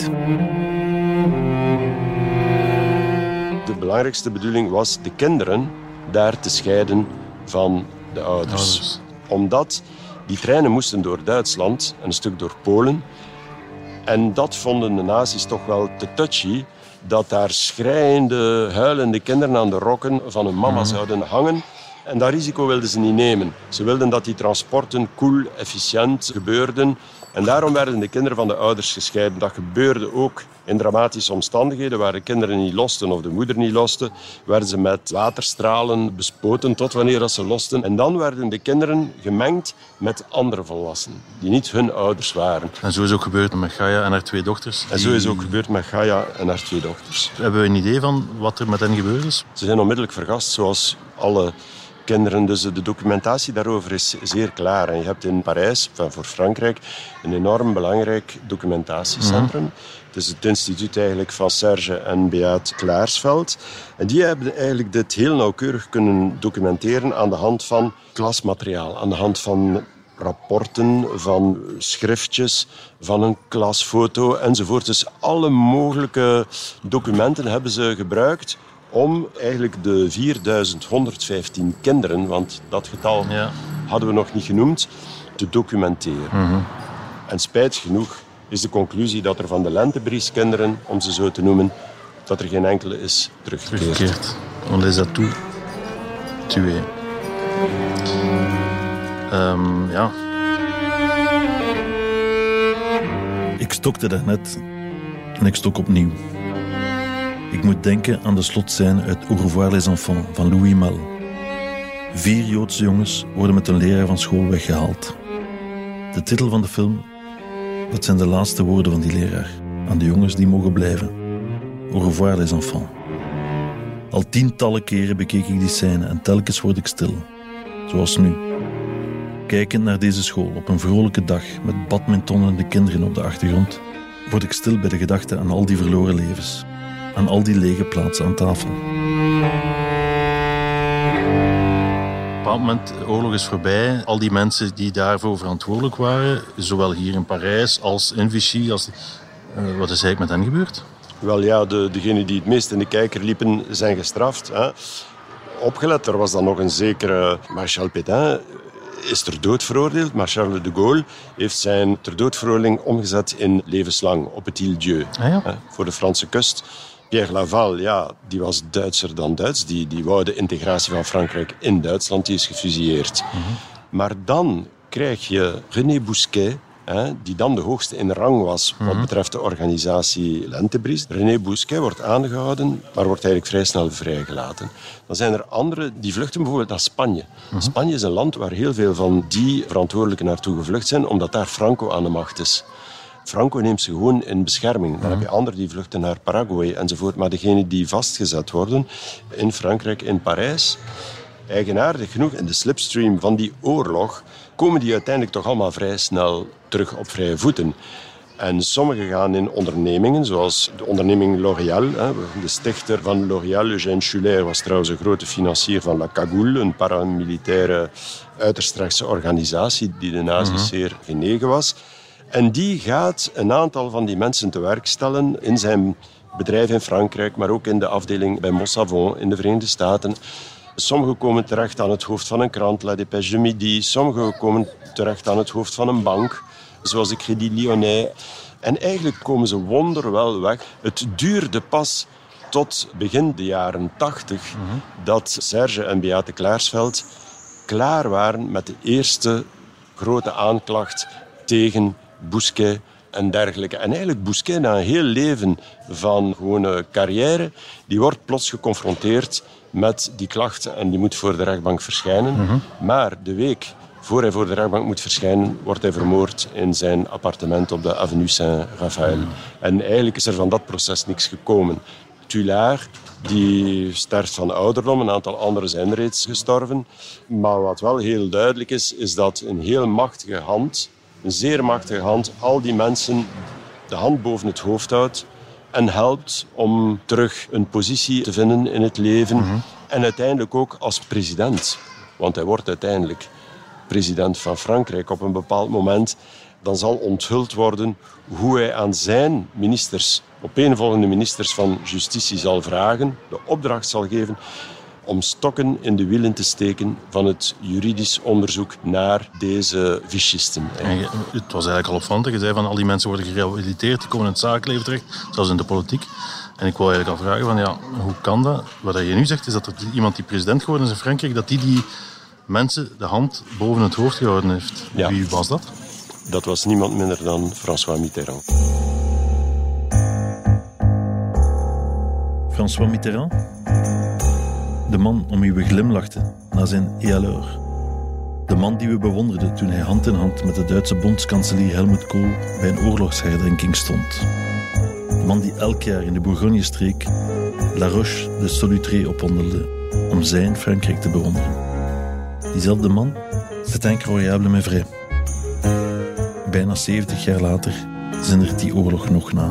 De belangrijkste bedoeling was de kinderen daar te scheiden van de ouders. ouders. Omdat die treinen moesten door Duitsland en een stuk door Polen. En dat vonden de nazi's toch wel te touchy, dat daar schreiende, huilende kinderen aan de rokken van hun mama mm-hmm. zouden hangen. En dat risico wilden ze niet nemen. Ze wilden dat die transporten koel, efficiënt gebeurden. En daarom werden de kinderen van de ouders gescheiden. Dat gebeurde ook in dramatische omstandigheden, waar de kinderen niet losten of de moeder niet loste. Werden ze met waterstralen bespoten tot wanneer dat ze losten. En dan werden de kinderen gemengd met andere volwassenen, die niet hun ouders waren. En zo is ook gebeurd met Gaia en haar twee dochters. En zo is ook gebeurd met Gaia en haar twee dochters. Hebben we een idee van wat er met hen gebeurd is? Ze zijn onmiddellijk vergast, zoals alle kinderen. Dus de documentatie daarover is zeer klaar. En je hebt in Parijs, enfin voor Frankrijk, een enorm belangrijk documentatiecentrum. Mm-hmm. Het is het instituut eigenlijk van Serge en Beate Klaarsveld. En die hebben eigenlijk dit heel nauwkeurig kunnen documenteren aan de hand van klasmateriaal, aan de hand van rapporten, van schriftjes, van een klasfoto enzovoort. Dus alle mogelijke documenten hebben ze gebruikt om eigenlijk de vierduizend honderdvijftien kinderen, want dat getal ja. hadden we nog niet genoemd, te documenteren. Mm-hmm. En spijtig genoeg is de conclusie dat er van de Lentebrieskinderen, om ze zo te noemen, dat er geen enkele is teruggekeerd. Teruggekeerd. On les a tous tués. Um, ja. Ik stokte daarnet en ik stok opnieuw. Ik moet denken aan de slotscène uit Au revoir les enfants van Louis Malle. Vier Joodse jongens worden met een leraar van school weggehaald. De titel van de film, dat zijn de laatste woorden van die leraar aan de jongens die mogen blijven. Au revoir les enfants. Al tientallen keren bekeek ik die scène en telkens word ik stil. Zoals nu. Kijkend naar deze school op een vrolijke dag met badmintonnende kinderen op de achtergrond, word ik stil bij de gedachte aan al die verloren levens. Aan al die lege plaatsen aan tafel. Op een bepaald moment, de oorlog is voorbij. Al die mensen die daarvoor verantwoordelijk waren, zowel hier in Parijs als in Vichy. Als... Uh, wat is eigenlijk met hen gebeurd? Wel ja, de, degenen die het meest in de kijker liepen, zijn gestraft. Hè. Opgelet, er was dan nog een zekere Marshal Pétain, is ter dood veroordeeld. Maar Charles de Gaulle heeft zijn ter dood veroordeling omgezet in levenslang, op het Île-Dieu, ah, ja. hè, voor de Franse kust. Pierre Laval, ja, die was Duitser dan Duits. Die, die wou de integratie van Frankrijk in Duitsland, die is gefusilleerd. Mm-hmm. Maar dan krijg je René Bousquet, hè, die dan de hoogste in rang was wat mm-hmm. betreft de organisatie Lentebries. René Bousquet wordt aangehouden, maar wordt eigenlijk vrij snel vrijgelaten. Dan zijn er anderen die vluchten bijvoorbeeld naar Spanje. Mm-hmm. Spanje is een land waar heel veel van die verantwoordelijken naartoe gevlucht zijn, omdat daar Franco aan de macht is. Franco neemt ze gewoon in bescherming. Dan mm-hmm. heb je anderen die vluchten naar Paraguay enzovoort. Maar degenen die vastgezet worden in Frankrijk, in Parijs, eigenaardig genoeg in de slipstream van die oorlog, komen die uiteindelijk toch allemaal vrij snel terug op vrije voeten. En sommigen gaan in ondernemingen, zoals de onderneming L'Oréal. De stichter van L'Oréal, Eugène Schuller, was trouwens een grote financier van La Cagoule, een paramilitaire uiterst rechtse organisatie die de nazi's mm-hmm. zeer genegen was. En die gaat een aantal van die mensen te werk stellen in zijn bedrijf in Frankrijk, maar ook in de afdeling bij Mossavon in de Verenigde Staten. Sommigen komen terecht aan het hoofd van een krant, La Dépêche de Midi. Sommigen komen terecht aan het hoofd van een bank, zoals de Crédit Lyonnais. En eigenlijk komen ze wonderwel weg. Het duurde pas tot begin de jaren tachtig mm-hmm. dat Serge en Beate Klaarsveld klaar waren met de eerste grote aanklacht tegen Bousquet en dergelijke. En eigenlijk Bousquet, na een heel leven van gewone carrière, die wordt plots geconfronteerd met die klachten en die moet voor de rechtbank verschijnen. Mm-hmm. Maar de week voor hij voor de rechtbank moet verschijnen, wordt hij vermoord in zijn appartement op de Avenue Saint-Raphaël. Mm-hmm. En eigenlijk is er van dat proces niks gekomen. Tullard, die sterft van ouderdom, een aantal anderen zijn reeds gestorven. Maar wat wel heel duidelijk is, is dat een heel machtige hand, een zeer machtige hand, al die mensen de hand boven het hoofd houdt en helpt om terug een positie te vinden in het leven. Mm-hmm. En uiteindelijk ook als president. Want hij wordt uiteindelijk president van Frankrijk op een bepaald moment. Dan zal onthuld worden hoe hij aan zijn ministers, opeenvolgende ministers van Justitie zal vragen, de opdracht zal geven om stokken in de wielen te steken van het juridisch onderzoek naar deze vichisten. En het was eigenlijk al opvallend. Je zei van al die mensen worden gerehabiliteerd, die komen in het zakenleven terecht, zelfs in de politiek. En ik wil eigenlijk al vragen van ja, hoe kan dat? Wat je nu zegt is dat er iemand die president geworden is in Frankrijk, dat die die mensen de hand boven het hoofd gehouden heeft. Ja. Wie was dat? Dat was niemand minder dan François Mitterrand. François Mitterrand? De man om wie we glimlachten na zijn Et alors. De man die we bewonderden toen hij hand in hand met de Duitse bondskanselier Helmut Kohl bij een oorlogsherdenking stond. De man die elk jaar in de Bourgogne-streek La Roche de Solutré opwandelde om zijn Frankrijk te bewonderen. Diezelfde man, c'est incroyable mais vrai. Bijna zeventig jaar later zindert die oorlog nog na.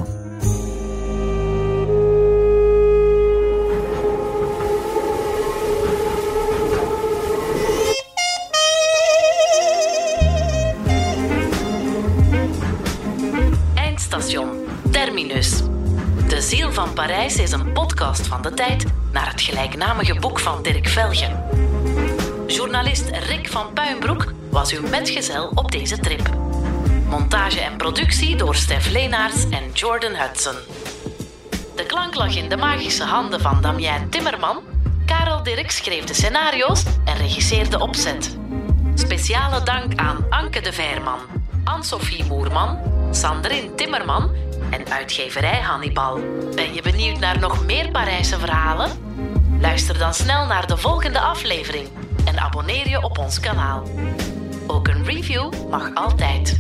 Eindstation Terminus. De Ziel van Parijs is een podcast van de tijd naar het gelijknamige boek van Dirk Velgen. Journalist Rick van Puinbroek was uw metgezel op deze trip. Montage en productie door Stef Leenaerts en Jordan Hudson. De klank lag in de magische handen van Damien Timmerman. Karel Dirk schreef de scenario's en regisseerde de opzet. Speciale dank aan Anke de Veerman, Anne-Sophie Moerman, Sandrine Timmerman en uitgeverij Hannibal. Ben je benieuwd naar nog meer Parijse verhalen? Luister dan snel naar de volgende aflevering en abonneer je op ons kanaal. Ook een review mag altijd.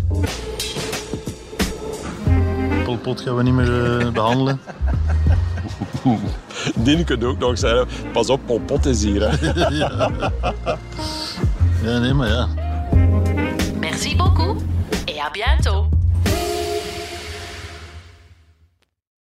Pol Pot gaan we niet meer uh, behandelen. Die kunt ook nog zeggen, pas op, Pol Pot is hier. Hè. ja. ja, nee, maar ja. Merci beaucoup et à bientôt.